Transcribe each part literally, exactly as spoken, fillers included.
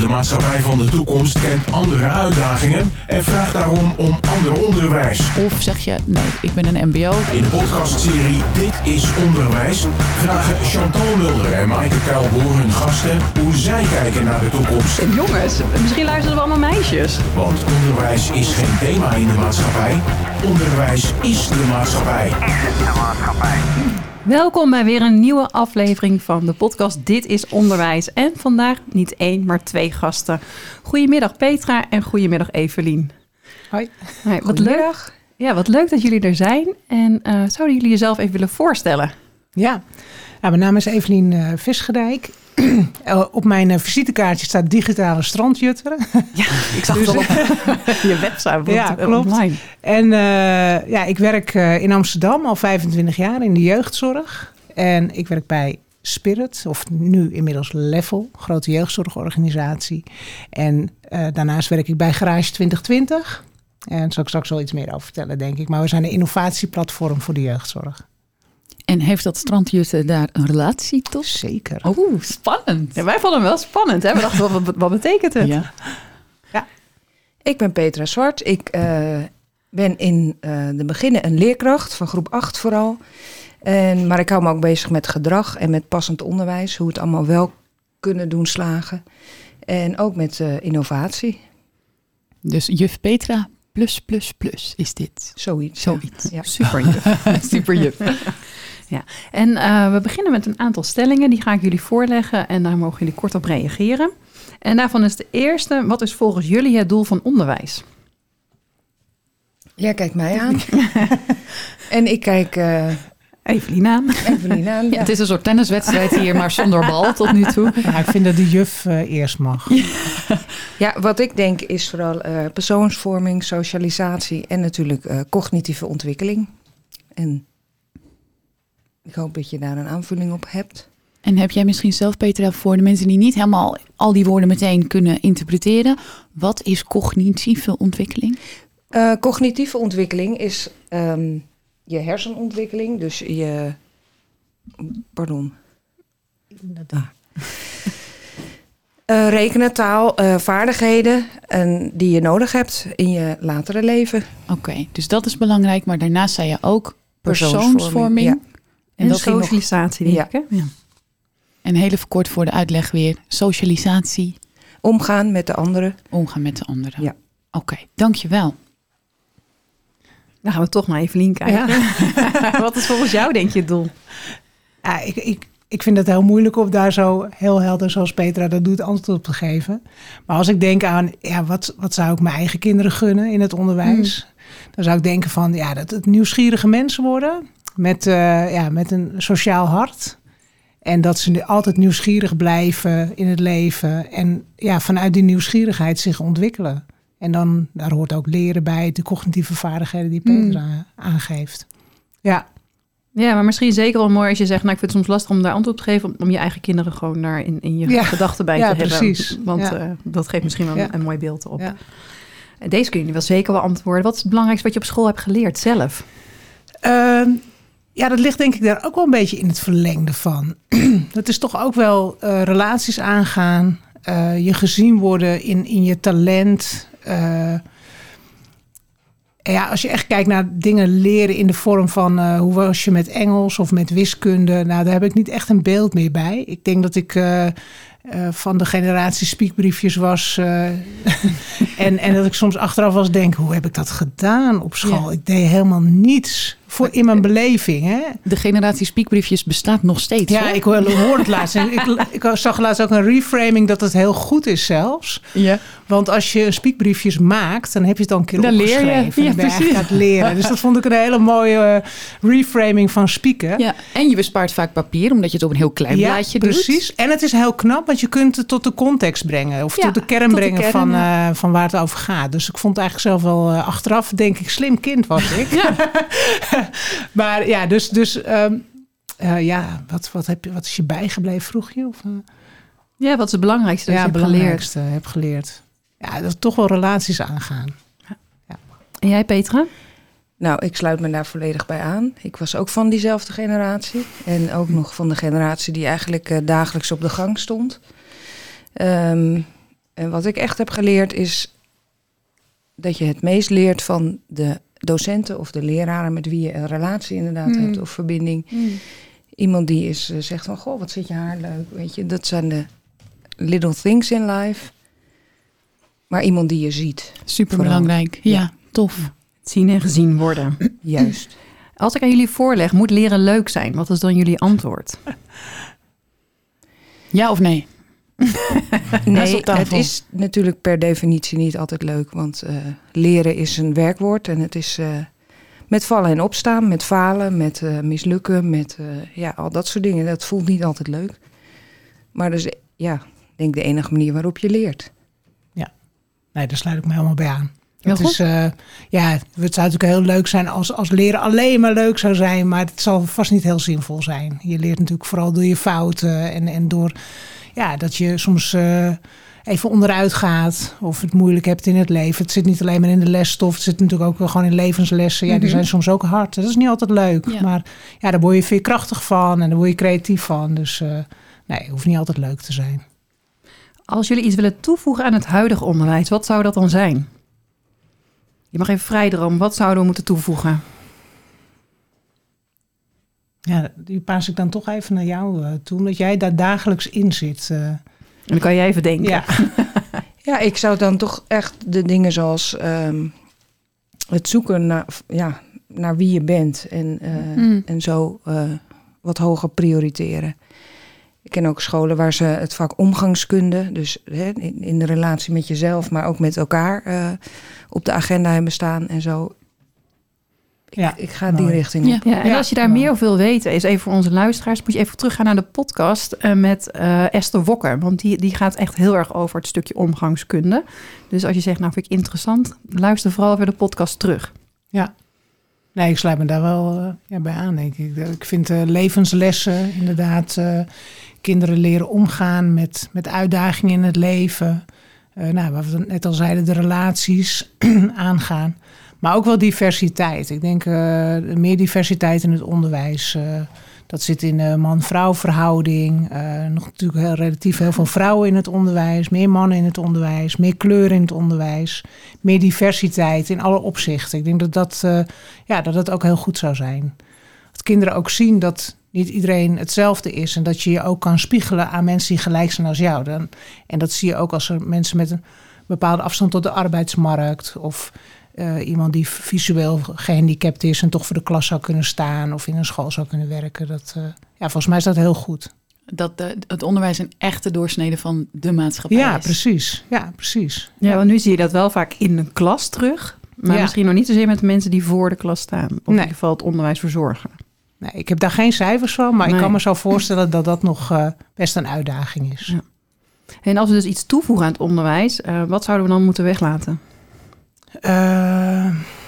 De maatschappij van de toekomst kent andere uitdagingen en vraagt daarom om ander onderwijs. Of zeg je, nee, ik ben een mbo. In de podcastserie Dit is Onderwijs vragen Chantal Mulder en Maaike Kuilboer hun gasten hoe zij kijken naar de toekomst. En jongens, misschien luisteren we allemaal meisjes. Want onderwijs is geen thema in de maatschappij. Onderwijs is de maatschappij. Is het de maatschappij? Welkom bij weer een nieuwe aflevering van de podcast Dit is Onderwijs. En vandaag niet één, maar twee gasten. Goedemiddag Petra en goedemiddag Evelien. Hoi. Hoi, wat leuk. Ja, wat leuk dat jullie er zijn. En uh, zouden jullie jezelf even willen voorstellen? Ja, nou, mijn naam is Evelien uh, Visgedijk. Op mijn uh, visitekaartje staat digitale strandjutter. Ja, ik zag dus, het al op je website. Ja, klopt. Online. En uh, ja, ik werk uh, in Amsterdam al vijfentwintig jaar in de jeugdzorg. En ik werk bij Spirit, of nu inmiddels Level, grote jeugdzorgorganisatie. En uh, daarnaast werk ik bij Garage twintig twintig. En daar zal ik straks wel iets meer over vertellen, denk ik. Maar we zijn een innovatieplatform voor de jeugdzorg. En heeft dat strandjutten daar een relatie tot? Zeker. Oeh, spannend. Ja, wij vonden hem wel spannend. Hè? We dachten, wat, wat betekent het? Ja. Ja. Ik ben Petra Zwart. Ik uh, ben in uh, de beginnen een leerkracht, van groep acht vooral. En, maar ik hou me ook bezig met gedrag en met passend onderwijs. Hoe we het allemaal wel kunnen doen slagen. En ook met uh, innovatie. Dus juf Petra plus plus plus is dit. Zoiets. Zoiets. Ja. Super juf. Super juf. Ja, en uh, we beginnen met een aantal stellingen. Die ga ik jullie voorleggen en daar mogen jullie kort op reageren. En daarvan is de eerste: wat is volgens jullie het doel van onderwijs? Jij kijkt mij aan. En ik kijk uh, Evelien aan. Evelien aan. Ja, Ja. het is een soort tenniswedstrijd hier, maar zonder bal tot nu toe. Ja, ik vind dat de juf uh, eerst mag. Ja, wat ik denk is vooral uh, persoonsvorming, socialisatie en natuurlijk uh, cognitieve ontwikkeling. En ik hoop dat je daar een aanvulling op hebt. En heb jij misschien zelf, Petra, voor de mensen die niet helemaal al die woorden meteen kunnen interpreteren, wat is cognitieve ontwikkeling? Uh, cognitieve ontwikkeling is um, je hersenontwikkeling, dus je... Pardon. Ah. Uh, rekenen, taal, uh, vaardigheden en die je nodig hebt in je latere leven. Oké, okay, dus dat is belangrijk, maar daarnaast zei je ook persoonsvorming. persoonsvorming ja. En, en dat socialisatie, denk ja. ik. Hè? Ja. En heel even kort voor de uitleg weer. Socialisatie. Omgaan met de anderen. Omgaan met de anderen. Ja. Oké, okay, dankjewel. Dan gaan we toch naar Evelien kijken. Ja. Wat is volgens jou, denk je, het doel? Ja, ik, ik, ik vind het heel moeilijk om daar zo heel helder, zoals Petra dat doet, antwoord op te geven. Maar als ik denk aan, ja, wat, wat zou ik mijn eigen kinderen gunnen in het onderwijs? Hmm. Dan zou ik denken van, ja, dat het nieuwsgierige mensen worden. Met, uh, ja, met een sociaal hart. En dat ze altijd nieuwsgierig blijven in het leven. En ja, vanuit die nieuwsgierigheid zich ontwikkelen. En dan, daar hoort ook leren bij, de cognitieve vaardigheden die Petra mm. aangeeft. Ja. Ja, maar misschien zeker wel mooi als je zegt, nou, ik vind het soms lastig om daar antwoord op te geven, om, om je eigen kinderen gewoon daar in, in je ja. gedachten bij ja, te precies. hebben. Want ja. uh, dat geeft misschien wel ja. een, een mooi beeld op. Ja. Deze kun je wel zeker wel antwoorden. Wat is het belangrijkste wat je op school hebt geleerd zelf? Uh, ja, dat ligt denk ik daar ook wel een beetje in het verlengde van. Dat is toch ook wel uh, relaties aangaan, uh, je gezien worden in, in je talent. Uh, ja, als je echt kijkt naar dingen leren in de vorm van uh, hoe was je met Engels of met wiskunde. Nou, daar heb ik niet echt een beeld meer bij. Ik denk dat ik uh, uh, van de generatie spiekbriefjes was. Uh, en, en dat ik soms achteraf was denk, hoe heb ik dat gedaan op school? Ja. Ik deed helemaal niets voor in mijn beleving. Hè? De generatie spiekbriefjes bestaat nog steeds. Ja, hoor. Ik hoorde het laatst. ik, ik zag laatst ook een reframing dat het heel goed is zelfs. Ja. Want als je spiekbriefjes maakt, dan heb je het al een keer dan opgeschreven. Leer je. Ja, dan ben je eigenlijk aan het leren. Dus dat vond ik een hele mooie uh, reframing van spieken. Ja, en je bespaart vaak papier, omdat je het op een heel klein ja, blaadje doet. Precies. En het is heel knap, want je kunt het tot de context brengen. Of ja, tot de kern tot brengen de kern, van, uh, van waar het over gaat. Dus ik vond het eigenlijk zelf wel uh, achteraf, denk ik, slim kind was ik. Ja. Maar ja, dus, dus um, uh, ja, wat, wat, heb je, wat is je bijgebleven, vroeg je? Of, uh? Ja, wat is het belangrijkste dat ja, je hebt belangrijkste geleerd? heb geleerd? Ja, dat toch wel relaties aangaan. Ja. Ja. En jij, Petra? Nou, ik sluit me daar volledig bij aan. Ik was ook van diezelfde generatie. En ook nog van de generatie die eigenlijk uh, dagelijks op de gang stond. Um, En wat ik echt heb geleerd is dat je het meest leert van de docenten of de leraren met wie je een relatie inderdaad Mm. hebt of verbinding. Mm. Iemand die is, uh, zegt van, goh, wat zit je haar leuk, weet je. Dat zijn de little things in life. Maar iemand die je ziet, Superbelangrijk. Ja, Ja. tof. Zien en gezien worden. juist. Als ik aan jullie voorleg, moet leren leuk zijn. Wat is dan jullie antwoord? Ja of nee? Nee, op tafel. het is natuurlijk per definitie niet altijd leuk. Want uh, leren is een werkwoord. En het is uh, met vallen en opstaan, met falen, met uh, mislukken, met uh, ja, al dat soort dingen. Dat voelt niet altijd leuk. Maar dat is, ja, ik denk de enige manier waarop je leert. Nee, daar sluit ik me helemaal bij aan. Heel Het, goed. is, uh, ja, het zou natuurlijk heel leuk zijn als, als leren alleen maar leuk zou zijn. Maar het zal vast niet heel zinvol zijn. Je leert natuurlijk vooral door je fouten. En, en door ja, dat je soms uh, even onderuit gaat. Of het moeilijk hebt in het leven. Het zit niet alleen maar in de lesstof. Het zit natuurlijk ook wel gewoon in levenslessen. Ja, die Mhm. zijn soms ook hard. Dat is niet altijd leuk. Ja. Maar ja, daar word je veerkrachtig van. En daar word je creatief van. Dus uh, nee, het hoeft niet altijd leuk te zijn. Als jullie iets willen toevoegen aan het huidige onderwijs, wat zou dat dan zijn? Je mag even vrijdromen. Wat zouden we moeten toevoegen? Ja, die paas ik dan toch even naar jou uh, toe. Omdat jij daar dagelijks in zit. Uh, En dan kan jij even denken. ja. Ja, ik zou dan toch echt de dingen zoals um, het zoeken naar, ja, naar wie je bent. En, uh, Mm. en zo uh, wat hoger prioriteren. Ik ken ook scholen waar ze het vak omgangskunde, dus hè, in, in de relatie met jezelf, maar ook met elkaar uh, op de agenda hebben staan en zo. Ik, Ja, ik ga die mooi. richting Ja. op. Ja, en Ja, als je daar nou. meer over wil weten, is even voor onze luisteraars, moet je even teruggaan naar de podcast uh, met uh, Esther Wokker. Want die, die gaat echt heel erg over het stukje omgangskunde. Dus als je zegt, nou vind ik interessant, luister vooral weer de podcast terug. Ja. Nee, ik sluit me daar wel uh, ja, bij aan, denk ik. Ik vind uh, levenslessen, inderdaad, uh, kinderen leren omgaan met, met uitdagingen in het leven. Uh, nou, wat we net al zeiden, de relaties aangaan. Maar ook wel diversiteit. Ik denk uh, meer diversiteit in het onderwijs. Uh, dat zit in de man-vrouw verhouding. Uh, nog natuurlijk heel, relatief heel veel vrouwen in het onderwijs. Meer mannen in het onderwijs. Meer kleur in het onderwijs. Meer diversiteit in alle opzichten. Ik denk dat dat, uh, ja, dat, dat ook heel goed zou zijn. Dat kinderen ook zien dat niet iedereen hetzelfde is. En dat je je ook kan spiegelen aan mensen die gelijk zijn als jou. Dan, en dat zie je ook als er mensen met een bepaalde afstand tot de arbeidsmarkt. Of uh, iemand die visueel gehandicapt is en toch voor de klas zou kunnen staan. Of in een school zou kunnen werken. Dat, uh, ja, volgens mij is dat heel goed. Dat de, het onderwijs een echte doorsnede van de maatschappij Ja, is. precies. Ja, precies. Ja, want nu zie je dat wel vaak in de klas terug. Maar Ja. misschien nog niet zozeer met de mensen die voor de klas staan. Of in Nee. ieder geval het onderwijs verzorgen. Nee, ik heb daar geen cijfers van, maar Nee. ik kan me zo voorstellen dat dat nog uh, best een uitdaging is. Ja. En als we dus iets toevoegen aan het onderwijs, uh, wat zouden we dan moeten weglaten? Uh,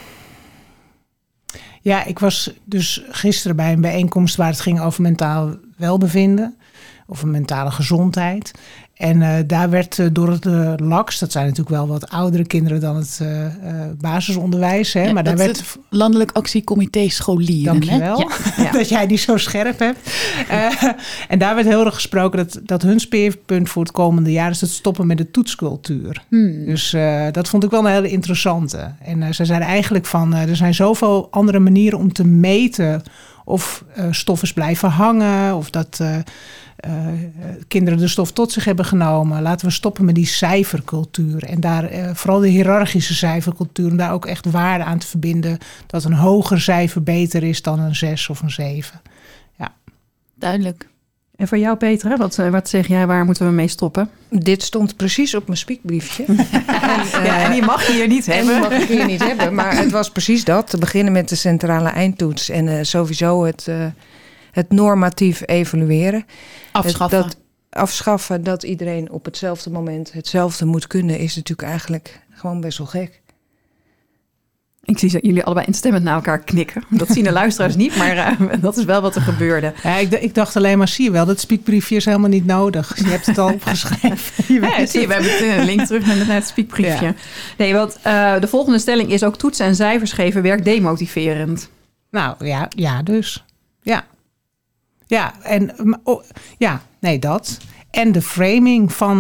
ja, ik was dus gisteren bij een bijeenkomst waar het ging over mentaal welbevinden. Of mentale gezondheid. En uh, daar werd uh, door het uh, L A X, dat zijn natuurlijk wel wat oudere kinderen dan het uh, uh, basisonderwijs. Hè, Ja, maar daar dat werd. is het Landelijk Actiecomité Scholieren. Dankjewel Hè? Ja. dat jij die zo scherp hebt. Uh, en daar werd heel erg gesproken dat, dat hun speerpunt voor het komende jaar is het stoppen met de toetscultuur. Hmm. Dus uh, dat vond ik wel een hele interessante. En uh, ze zeiden eigenlijk van, uh, er zijn zoveel andere manieren om te meten of uh, stof is blijven hangen, of dat uh, uh, kinderen de stof tot zich hebben genomen. Laten we stoppen met die cijfercultuur. En daar uh, vooral de hiërarchische cijfercultuur, om daar ook echt waarde aan te verbinden dat een hoger cijfer beter is dan een zes of een zeven. Duidelijk. En voor jou, Petra, wat, wat zeg jij, waar moeten we mee stoppen? Dit stond precies op mijn spiekbriefje. en, uh, Ja, en die mag je hier niet En hebben. die mag ik hier niet hebben, maar het was precies dat. Te beginnen met de centrale eindtoets en uh, sowieso het, uh, het normatief evalueren. Afschaffen. Het, dat afschaffen dat iedereen op hetzelfde moment hetzelfde moet kunnen, is natuurlijk eigenlijk gewoon best wel gek. Ik zie jullie allebei instemmend naar elkaar knikken. Dat zien de luisteraars niet, maar uh, dat is wel wat er gebeurde. Ja, ik, ik dacht alleen maar, zie je wel, dat spiekbriefje is helemaal niet nodig. Je hebt het al opgeschreven. Je weet Ja, zie je, we het. hebben een link terug naar het, naar het spiekbriefje. Ja. Nee, want uh, de volgende stelling is ook toetsen en cijfers geven werkt demotiverend. Nou ja, ja, dus. Ja. Ja, en oh, ja, nee, dat. En de framing van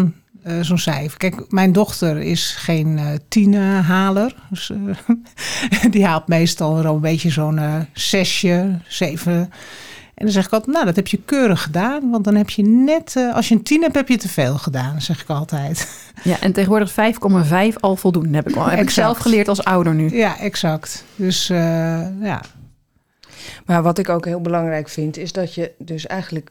uh, zo'n cijfer. Kijk, mijn dochter is geen uh, tienhaler. Dus, uh, die haalt meestal wel een beetje zo'n uh, zesje, zeven. En dan zeg ik altijd, nou, dat heb je keurig gedaan. Want dan heb je net, uh, als je een tien hebt, heb je te veel gedaan, zeg ik altijd. Ja, en tegenwoordig vijf komma vijf al voldoende. Heb ik, al, heb ik zelf geleerd als ouder nu. Ja, exact. Dus uh, ja. Maar wat ik ook heel belangrijk vind, is dat je dus eigenlijk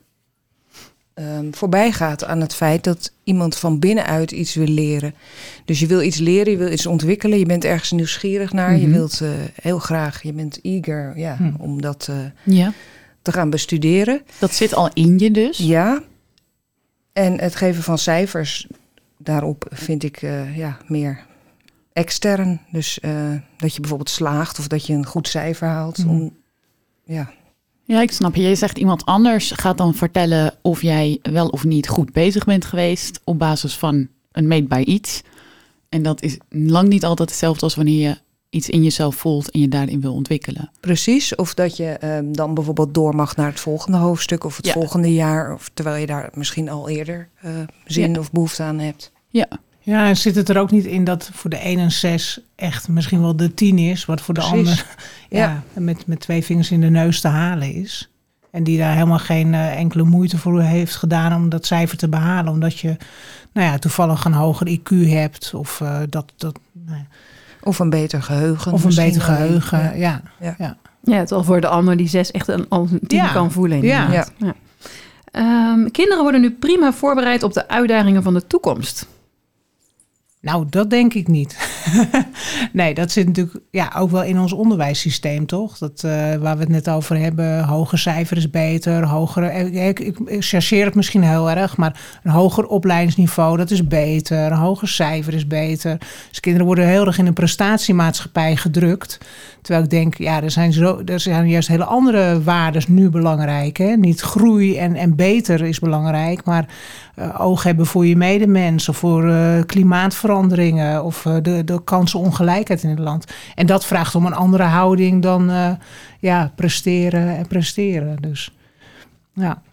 um, voorbij gaat aan het feit dat iemand van binnenuit iets wil leren. Dus je wil iets leren, je wil iets ontwikkelen, je bent ergens nieuwsgierig naar, mm-hmm. je wilt uh, heel graag, je bent eager ja, mm. om dat uh, ja. te gaan bestuderen. Dat zit al in je dus? Ja. En het geven van cijfers daarop vind ik uh, ja, meer extern. Dus uh, dat je bijvoorbeeld slaagt of dat je een goed cijfer haalt. Mm. Om, ja. ja, ik snap je. Je zegt iemand anders gaat dan vertellen of jij wel of niet goed bezig bent geweest op basis van een meetbaar iets. En dat is lang niet altijd hetzelfde als wanneer je iets in jezelf voelt en je daarin wil ontwikkelen. Precies, of dat je um, dan bijvoorbeeld door mag naar het volgende hoofdstuk of het ja. volgende jaar, of terwijl je daar misschien al eerder uh, zin ja. of behoefte aan hebt. Ja. Ja, en zit het er ook niet in dat voor de een een zes echt misschien wel de tien is, wat voor de Precies. ander ja, ja. Met, met twee vingers in de neus te halen is. En die daar helemaal geen uh, enkele moeite voor heeft gedaan om dat cijfer te behalen. Omdat je nou ja, toevallig een hoger I Q hebt of uh, dat... dat nou ja. Of een beter geheugen. Of een beter geheugen, ja. Ja, ja. ja. ja terwijl voor de ander die zes echt een, een tien ja. kan voelen. Ja. Ja. Ja. Um, kinderen worden nu prima voorbereid op de uitdagingen van de toekomst. Nou, dat denk ik niet. Nee, dat zit natuurlijk ja, ook wel in ons onderwijssysteem, toch? Dat, uh, waar we het net over hebben, hoger cijfer is beter, hogere... Ik, ik, ik chargeer het misschien heel erg, maar een hoger opleidingsniveau, dat is beter. Een hoger cijfer is beter. Dus kinderen worden heel erg in een prestatiemaatschappij gedrukt. Terwijl ik denk, ja, er zijn, zo, er zijn juist hele andere waarden nu belangrijk. Hè? Niet groei en, en beter is belangrijk, maar uh, oog hebben voor je medemens of voor uh, klimaatveranderingen of uh, de, de kansenongelijkheid in het land. En dat vraagt om een andere houding dan uh, ja, presteren en presteren. Dus ja.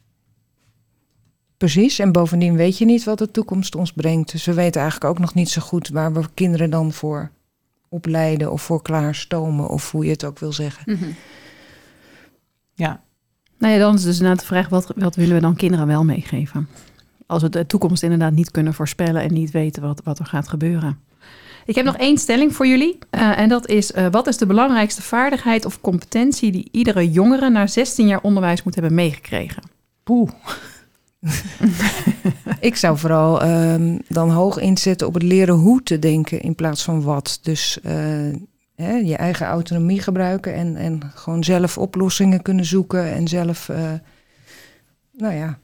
Precies, en bovendien weet je niet wat de toekomst ons brengt. Dus we weten eigenlijk ook nog niet zo goed waar we kinderen dan voor opleiden of voor klaarstomen of hoe je het ook wil zeggen. Mm-hmm. Ja. Nou ja, dan is dus inderdaad de vraag, wat, wat willen we dan kinderen wel meegeven? Als we de toekomst inderdaad niet kunnen voorspellen en niet weten wat, wat er gaat gebeuren. Ik heb nog één stelling voor jullie. Uh, en dat is, uh, wat is de belangrijkste vaardigheid of competentie die iedere jongere na zestien jaar onderwijs moet hebben meegekregen? Poeh. Ik zou vooral um, dan hoog inzetten op het leren hoe te denken in plaats van wat. Dus uh, hè, je eigen autonomie gebruiken en, en gewoon zelf oplossingen kunnen zoeken en zelf, uh, nou ja.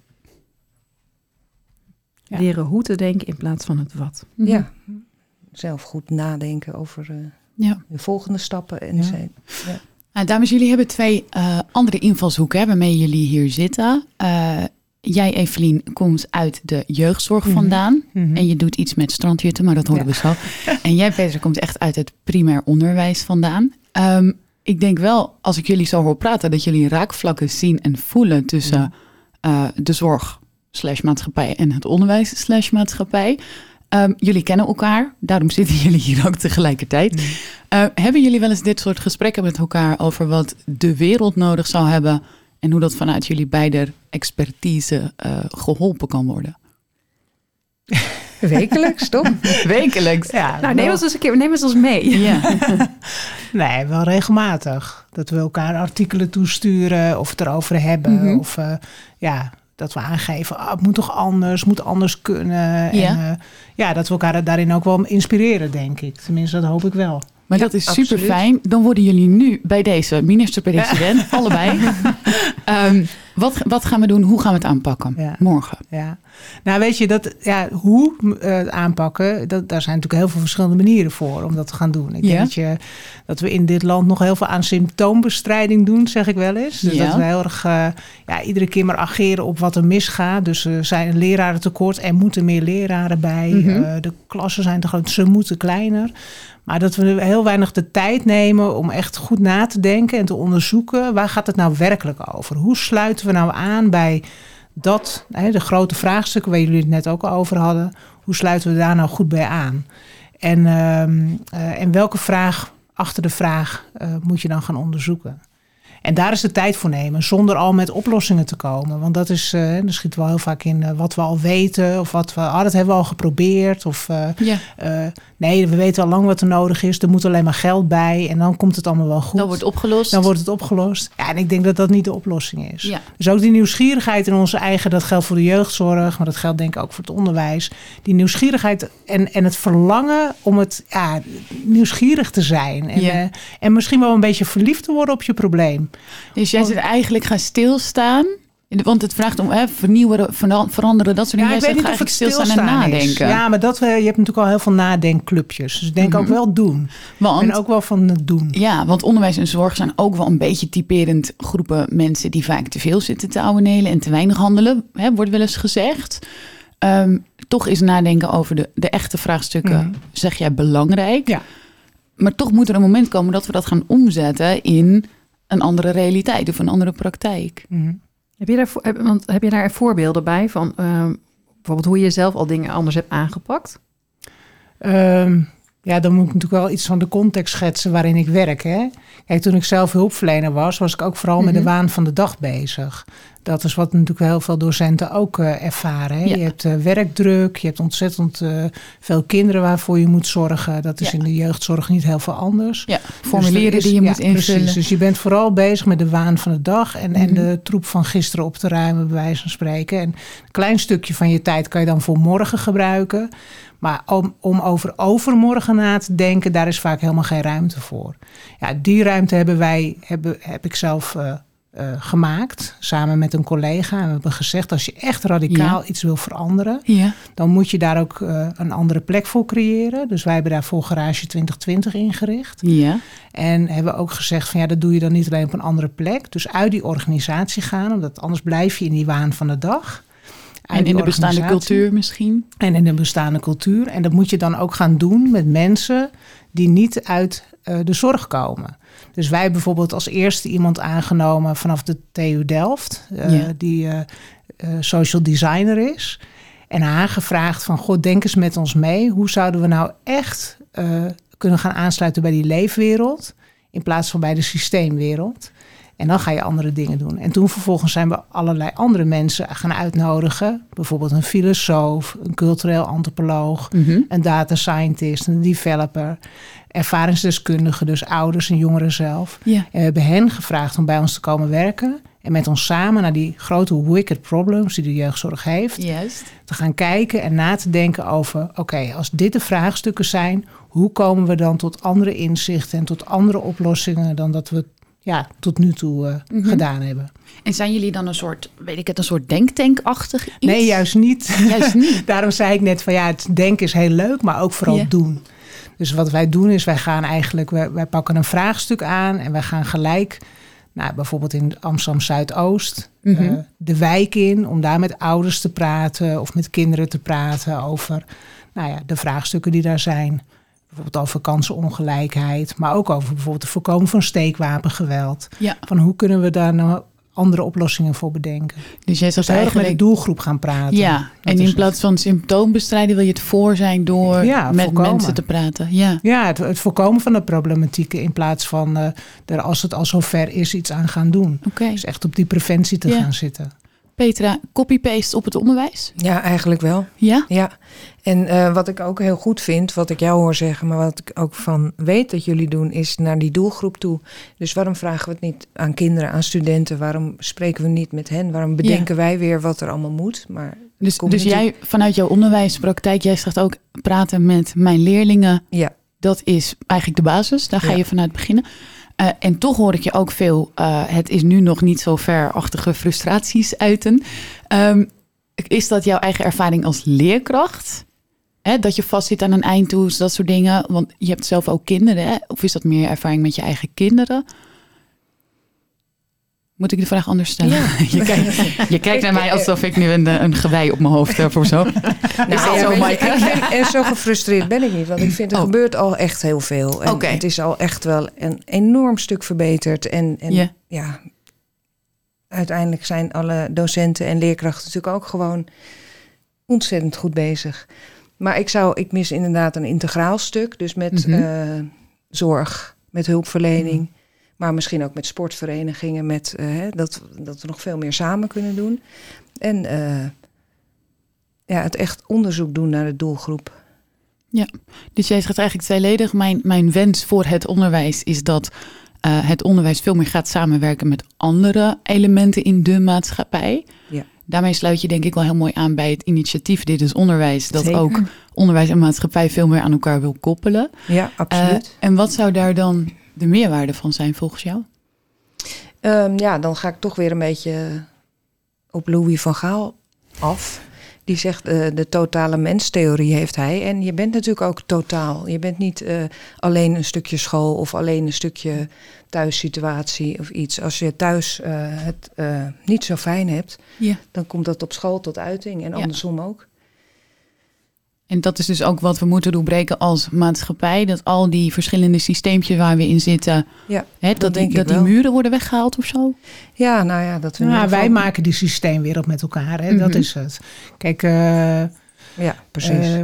ja. Leren hoe te denken in plaats van het wat. Mm-hmm. Ja, zelf goed nadenken over uh, ja. de volgende stappen. En ja. zijn, ja. Nou, dames, jullie hebben twee uh, andere invalshoeken hè, waarmee jullie hier zitten. Uh, Jij, Evelien, komt uit de jeugdzorg mm-hmm. vandaan. Mm-hmm. En je doet iets met strandjutten, maar dat horen ja. we zo. En jij, Petra, komt echt uit het primair onderwijs vandaan. Um, ik denk wel, als ik jullie zo hoor praten, dat jullie raakvlakken zien en voelen tussen uh, de zorg slash maatschappij en het onderwijs slash maatschappij. Um, jullie kennen elkaar, daarom zitten jullie hier ook tegelijkertijd. Mm. Uh, hebben jullie wel eens dit soort gesprekken met elkaar over wat de wereld nodig zou hebben en hoe dat vanuit jullie beider expertise uh, geholpen kan worden? Wekelijks, toch? Wekelijks. Ja, nou, neem ons eens een keer, neem ons eens mee. Ja. Nee, wel regelmatig. Dat we elkaar artikelen toesturen of het erover hebben. Mm-hmm. Of uh, ja, dat we aangeven, ah, het moet toch anders, moet anders kunnen. Ja. En uh, ja, dat we elkaar daarin ook wel inspireren, denk ik. Tenminste, dat hoop ik wel. Maar ja, dat is super absoluut. Fijn. Dan worden jullie nu bij deze minister-president, ja. allebei. um, wat, wat gaan we doen? Hoe gaan we het aanpakken? Ja. Morgen. Ja. Nou, weet je, dat, ja, hoe uh, het aanpakken, dat, daar zijn natuurlijk heel veel verschillende manieren voor om dat te gaan doen. Ik ja. denk dat, je, dat we in dit land nog heel veel aan symptoombestrijding doen, zeg ik wel eens. Dus ja. dat we heel erg uh, ja, iedere keer maar ageren op wat er misgaat. Dus er zijn een lerarentekort, er moeten meer leraren bij. Mm-hmm. Uh, de klassen zijn te groot, ze moeten kleiner. Maar dat we heel weinig de tijd nemen om echt goed na te denken en te onderzoeken, waar gaat het nou werkelijk over? Hoe sluiten we nou aan bij dat, hè, de grote vraagstukken waar jullie het net ook al over hadden, hoe sluiten we daar nou goed bij aan? En, uh, uh, en welke vraag achter de vraag uh, moet je dan gaan onderzoeken? En daar is de tijd voor nemen, zonder al met oplossingen te komen. Want dat is, uh, dat schiet wel heel vaak in uh, wat we al weten. Of wat we, ah, dat hebben we al geprobeerd. Of uh, ja. uh, nee, we weten al lang wat er nodig is. Er moet alleen maar geld bij. En dan komt het allemaal wel goed. Dan wordt het opgelost. Dan wordt het opgelost. Ja, en ik denk dat dat niet de oplossing is. Ja. Dus ook die nieuwsgierigheid in onze eigen, dat geldt voor de jeugdzorg. Maar dat geldt denk ik ook voor het onderwijs. Die nieuwsgierigheid en, en het verlangen om het ja, nieuwsgierig te zijn. En, ja. uh, en misschien wel een beetje verliefd te worden op je probleem. Dus jij zit eigenlijk gaan stilstaan. Want het vraagt om hè, vernieuwen, veranderen, dat soort dingen. Ja, ik weet niet of het stilstaan, stilstaan en nadenken. Is. Ja, maar dat, je hebt natuurlijk al heel veel nadenkclubjes. Dus denk mm-hmm. ook wel doen. Want, en ook wel van het doen. Ja, want onderwijs en zorg zijn ook wel een beetje typerend groepen mensen die vaak te veel zitten te ouwenelen en te weinig handelen. Hè, wordt wel eens gezegd. Um, toch is nadenken over de, de echte vraagstukken, mm-hmm. zeg jij, belangrijk. Ja. Maar toch moet er een moment komen dat we dat gaan omzetten in een andere realiteit of een andere praktijk. Mm-hmm. Heb je, daar, heb, want heb je daar voorbeelden bij van uh, bijvoorbeeld hoe je zelf al dingen anders hebt aangepakt? Um, ja, dan moet ik natuurlijk wel iets van de context schetsen waarin ik werk. Hè? Kijk, toen ik zelf hulpverlener was, was ik ook vooral mm-hmm. met de waan van de dag bezig. Dat is wat natuurlijk heel veel docenten ook uh, ervaren. Hè? Ja. Je hebt uh, werkdruk, je hebt ontzettend uh, veel kinderen waarvoor je moet zorgen. Dat is ja. in de jeugdzorg niet heel veel anders. Ja, formulieren dus is, die je ja, moet invullen. Precies, dus je bent vooral bezig met de waan van de dag en, mm-hmm. en de troep van gisteren op te ruimen, bij wijze van spreken. En een klein stukje van je tijd kan je dan voor morgen gebruiken. Maar om, om over overmorgen na te denken, daar is vaak helemaal geen ruimte voor. Ja, die ruimte hebben wij, hebben, heb ik zelf uh, uh, gemaakt, samen met een collega. En we hebben gezegd, als je echt radicaal ja. iets wil veranderen, ja. dan moet je daar ook uh, een andere plek voor creëren. Dus wij hebben daarvoor Garage twintig twintig ingericht. Ja. En hebben ook gezegd van ja, dat doe je dan niet alleen op een andere plek. Dus uit die organisatie gaan, omdat anders blijf je in die waan van de dag. En in de bestaande cultuur misschien? En in de bestaande cultuur. En dat moet je dan ook gaan doen met mensen die niet uit uh, de zorg komen. Dus wij hebben bijvoorbeeld als eerste iemand aangenomen vanaf de T U Delft. Uh, ja. Die uh, uh, social designer is. En haar gevraagd van, goh, denk eens met ons mee. Hoe zouden we nou echt uh, kunnen gaan aansluiten bij die leefwereld, in plaats van bij de systeemwereld? En dan ga je andere dingen doen. En toen vervolgens zijn we allerlei andere mensen gaan uitnodigen. Bijvoorbeeld een filosoof, een cultureel antropoloog, mm-hmm. een data scientist, een developer, ervaringsdeskundigen, dus ouders en jongeren zelf. Ja. En we hebben hen gevraagd om bij ons te komen werken. En met ons samen naar die grote wicked problems die de jeugdzorg heeft. Juist. Te gaan kijken en na te denken over, oké, okay, als dit de vraagstukken zijn, hoe komen we dan tot andere inzichten en tot andere oplossingen dan dat we ja, tot nu toe uh, mm-hmm. gedaan hebben. En zijn jullie dan een soort, weet ik het, een soort denktankachtig iets? Nee, juist niet. Juist niet. Daarom zei ik net van ja, het denken is heel leuk, maar ook vooral yeah. doen. Dus wat wij doen is, wij gaan eigenlijk, wij, wij pakken een vraagstuk aan en wij gaan gelijk, nou, bijvoorbeeld in Amsterdam Zuidoost, mm-hmm. uh, de wijk in, om daar met ouders te praten of met kinderen te praten over, nou ja, de vraagstukken die daar zijn. Bijvoorbeeld over kansenongelijkheid, maar ook over bijvoorbeeld het voorkomen van steekwapengeweld. Ja. Van hoe kunnen we daar nou andere oplossingen voor bedenken. Dus jij zegt dus eigenlijk met de doelgroep gaan praten. Ja, en in plaats het. van symptoombestrijden wil je het voor zijn door ja, met voorkomen. mensen te praten. Ja, ja het, het voorkomen van de problematieken in plaats van uh, er als het al zover is iets aan gaan doen. Okay. Dus echt op die preventie te ja. gaan zitten. Petra, copy-paste op het onderwijs? Ja, eigenlijk wel. Ja? Ja. En uh, wat ik ook heel goed vind, wat ik jou hoor zeggen, maar wat ik ook van weet dat jullie doen, is naar die doelgroep toe. Dus waarom vragen we het niet aan kinderen, aan studenten? Waarom spreken we niet met hen? Waarom bedenken ja. wij weer wat er allemaal moet? Maar dus dus jij, vanuit jouw onderwijspraktijk, jij zegt ook praten met mijn leerlingen. Ja. Dat is eigenlijk de basis. Daar ga ja. je vanuit beginnen. Uh, en toch hoor ik je ook veel, uh, het is nu nog niet zo ver-achtige frustraties uiten. Um, is dat jouw eigen ervaring als leerkracht? Hè, dat je vastzit aan een eindtoets, dat soort dingen? Want je hebt zelf ook kinderen, hè? Of is dat meer ervaring met je eigen kinderen? Moet ik de vraag anders stellen? Ja. je, kijkt, je kijkt naar mij alsof ik nu een, een gewei op mijn hoofd heb of zo. Nou, is dat zo, Maaike? Ik vind, en zo gefrustreerd ben ik niet. Want ik vind er oh. gebeurt al echt heel veel. En okay. het is al echt wel een enorm stuk verbeterd. En, en yeah. ja, uiteindelijk zijn alle docenten en leerkrachten natuurlijk ook gewoon ontzettend goed bezig. Maar ik zou, ik mis inderdaad een integraal stuk. Dus met mm-hmm. uh, zorg, met hulpverlening. Mm-hmm. Maar misschien ook met sportverenigingen. Met, uh, dat, dat we nog veel meer samen kunnen doen. En uh, ja, het echt onderzoek doen naar de doelgroep. Ja, dus jij zegt eigenlijk tweeledig. Mijn, mijn wens voor het onderwijs is dat uh, het onderwijs veel meer gaat samenwerken met andere elementen in de maatschappij. Ja. Daarmee sluit je denk ik wel heel mooi aan bij het initiatief Dit is Onderwijs. Dat Zeker. Ook onderwijs en maatschappij veel meer aan elkaar wil koppelen. Ja, absoluut. Uh, en wat zou daar dan de meerwaarde van zijn volgens jou? Um, ja, dan ga ik toch weer een beetje op Louis van Gaal af. Die zegt, uh, de totale menstheorie heeft hij. En je bent natuurlijk ook totaal. Je bent niet uh, alleen een stukje school of alleen een stukje thuissituatie of iets. Als je thuis uh, het uh, niet zo fijn hebt, ja. dan komt dat op school tot uiting en andersom ja. ook. En dat is dus ook wat we moeten doorbreken als maatschappij. Dat al die verschillende systeempjes waar we in zitten, ja, hè, dat, dat, die, dat die muren worden weggehaald of zo? Ja, nou ja, dat we nou, wij geval... maken die systeemwereld met elkaar. Hè? Mm-hmm. Dat is het. Kijk, uh, ja, precies. Uh,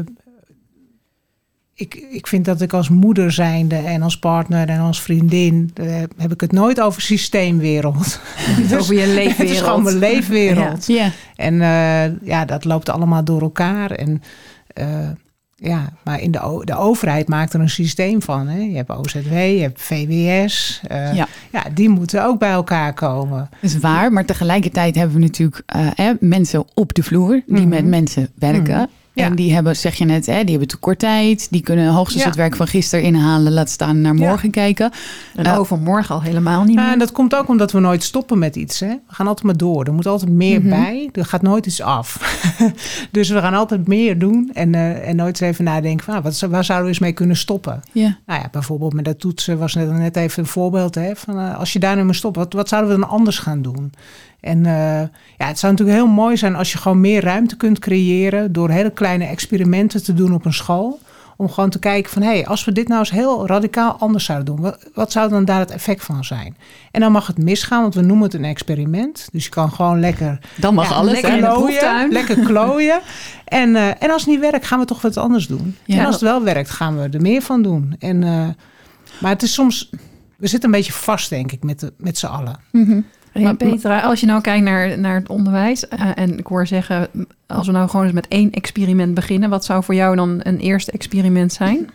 ik, ik vind dat ik als moeder zijnde en als partner en als vriendin, uh, heb ik het nooit over systeemwereld. Dus, over je leefwereld. Het is gewoon mijn leefwereld. Ja. En uh, ja, dat loopt allemaal door elkaar. En Uh, ja, maar in de, o- de overheid maakt er een systeem van. Hè? Je hebt O Z W, je hebt V W S. Uh, ja. ja, die moeten ook bij elkaar komen. Dat is waar, maar tegelijkertijd hebben we natuurlijk uh, hè, mensen op de vloer die mm-hmm. met mensen werken. Mm-hmm. Ja. En die hebben, zeg je net, hè, die hebben tekort tijd. Die kunnen hoogstens ja. het werk van gisteren inhalen. Laat staan naar morgen ja. kijken. En uh, overmorgen al helemaal niet meer. Ja, en dat komt ook omdat we nooit stoppen met iets. Hè? We gaan altijd maar door. Er moet altijd meer mm-hmm. bij. Er gaat nooit iets af. Dus we gaan altijd meer doen. En, uh, en nooit eens even nadenken van, ah, wat, waar zouden we eens mee kunnen stoppen? Ja. Nou ja, bijvoorbeeld met dat toetsen was net, net even een voorbeeld. Hè, van, uh, als je daar nu mee stopt, wat, wat zouden we dan anders gaan doen? En uh, ja, het zou natuurlijk heel mooi zijn als je gewoon meer ruimte kunt creëren door hele kleine experimenten te doen op een school. Om gewoon te kijken van, hé, hey, als we dit nou eens heel radicaal anders zouden doen, wat, wat zou dan daar het effect van zijn? En dan mag het misgaan, want we noemen het een experiment. Dus je kan gewoon lekker... Dan mag ja, alles, lekker klooien, lekker klooien. En, uh, en als het niet werkt, gaan we toch wat anders doen. Ja. En als het wel werkt, gaan we er meer van doen. En, uh, maar het is soms... We zitten een beetje vast, denk ik, met, de, met z'n allen. Mm-hmm. Maar Petra, als je nou kijkt naar, naar het onderwijs, uh, en ik hoor zeggen, als we nou gewoon eens met één experiment beginnen, wat zou voor jou dan een eerste experiment zijn?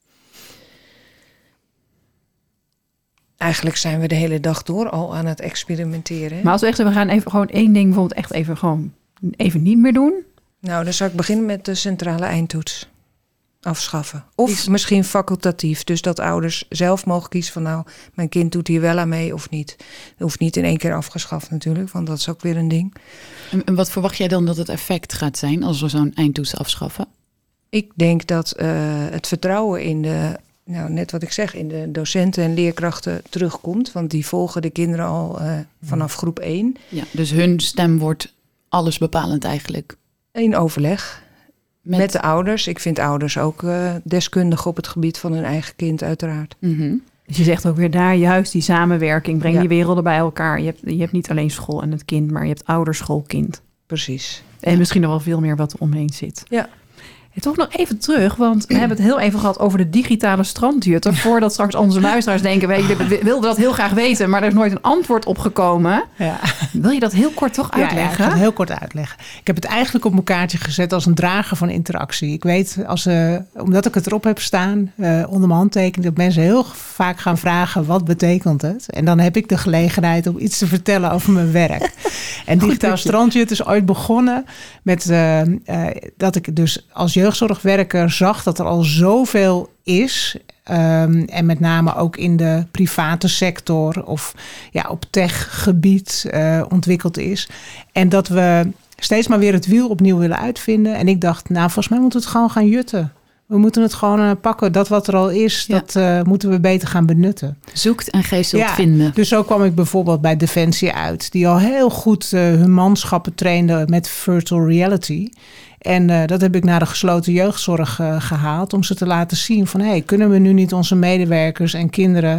Eigenlijk zijn we de hele dag door al aan het experimenteren. Hè? Maar als we echt zeggen, we gaan even gewoon één ding bijvoorbeeld echt even gewoon even niet meer doen. Nou, dan zou ik beginnen met de centrale eindtoets. Afschaffen. Of is... misschien facultatief. Dus dat ouders zelf mogen kiezen van, nou, mijn kind doet hier wel aan mee of niet. Dat hoeft niet in één keer afgeschaft natuurlijk, want dat is ook weer een ding. En, en wat verwacht jij dan dat het effect gaat zijn als we zo'n eindtoets afschaffen? Ik denk dat uh, het vertrouwen in de, nou net wat ik zeg, in de docenten en leerkrachten terugkomt. Want die volgen de kinderen al uh, vanaf groep één. Ja, dus hun stem wordt alles bepalend eigenlijk. In overleg. Met... Met de ouders. Ik vind ouders ook uh, deskundig op het gebied van hun eigen kind uiteraard. Mm-hmm. Dus je zegt ook weer daar juist die samenwerking. Breng ja. die werelden bij elkaar. Je hebt, je hebt niet alleen school en het kind, maar je hebt ouder, school, kind. Precies. En ja. misschien nog wel veel meer wat er omheen zit. Ja. En toch nog even terug, want we hebben het heel even gehad over de digitale strandjutter. Voordat straks onze luisteraars denken, weet je, we wilden dat heel graag weten, maar er is nooit een antwoord op gekomen. Ja. Wil je dat heel kort toch uitleggen? Ja, ja, ik ga het heel kort uitleggen. Ik heb het eigenlijk op mijn kaartje gezet als een drager van interactie. Ik weet, als, uh, omdat ik het erop heb staan, uh, onder mijn handtekening, dat mensen heel vaak gaan vragen, wat betekent het? En dan heb ik de gelegenheid om iets te vertellen over mijn werk. En digitaal strandjutter is ooit begonnen met uh, uh, dat ik dus als jeugdzorgwerker zag dat er al zoveel is. Um, en met name ook in de private sector of ja, op techgebied uh, ontwikkeld is. En dat we steeds maar weer het wiel opnieuw willen uitvinden. En ik dacht, nou, volgens mij moeten we het gewoon gaan jutten. We moeten het gewoon uh, pakken. Dat wat er al is, ja. dat uh, moeten we beter gaan benutten. Zoekt en gij zult ja, vinden. Dus zo kwam ik bijvoorbeeld bij Defensie uit. Die al heel goed uh, hun manschappen trainde met virtual reality. En uh, dat heb ik naar de gesloten jeugdzorg uh, gehaald. Om ze te laten zien van, hey, kunnen we nu niet onze medewerkers en kinderen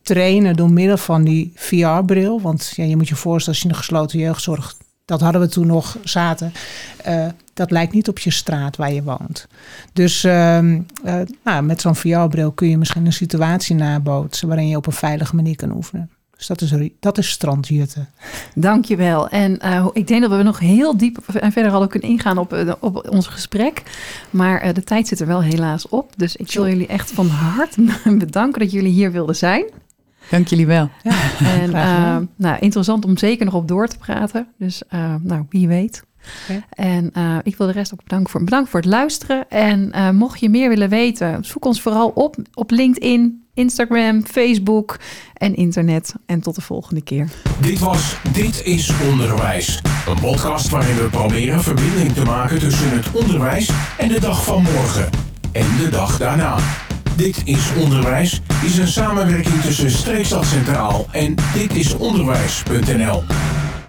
trainen door middel van die V R-bril. Want ja, je moet je voorstellen, als je in de gesloten jeugdzorg, dat hadden we toen nog, zaten. Uh, dat lijkt niet op je straat waar je woont. Dus uh, uh, nou, met zo'n V R-bril kun je misschien een situatie nabootsen waarin je op een veilige manier kan oefenen. Dus dat is, dat is strandjutten. Dankjewel. En uh, ik denk dat we nog heel diep en verder hadden kunnen ingaan op, uh, op ons gesprek. Maar uh, de tijd zit er wel helaas op. Dus ik wil jullie echt van harte bedanken dat jullie hier wilden zijn. Dank jullie wel. Ja, en uh, nou, interessant om zeker nog op door te praten. Dus uh, nou, wie weet. Okay. En uh, ik wil de rest ook bedanken voor, bedanken voor het luisteren. En uh, mocht je meer willen weten, zoek ons vooral op op LinkedIn, Instagram, Facebook en internet. En tot de volgende keer. Dit was Dit is Onderwijs. Een podcast waarin we proberen verbinding te maken tussen het onderwijs en de dag van morgen. En de dag daarna. Dit is Onderwijs is een samenwerking tussen Streekstad Centraal en ditisonderwijs punt n l.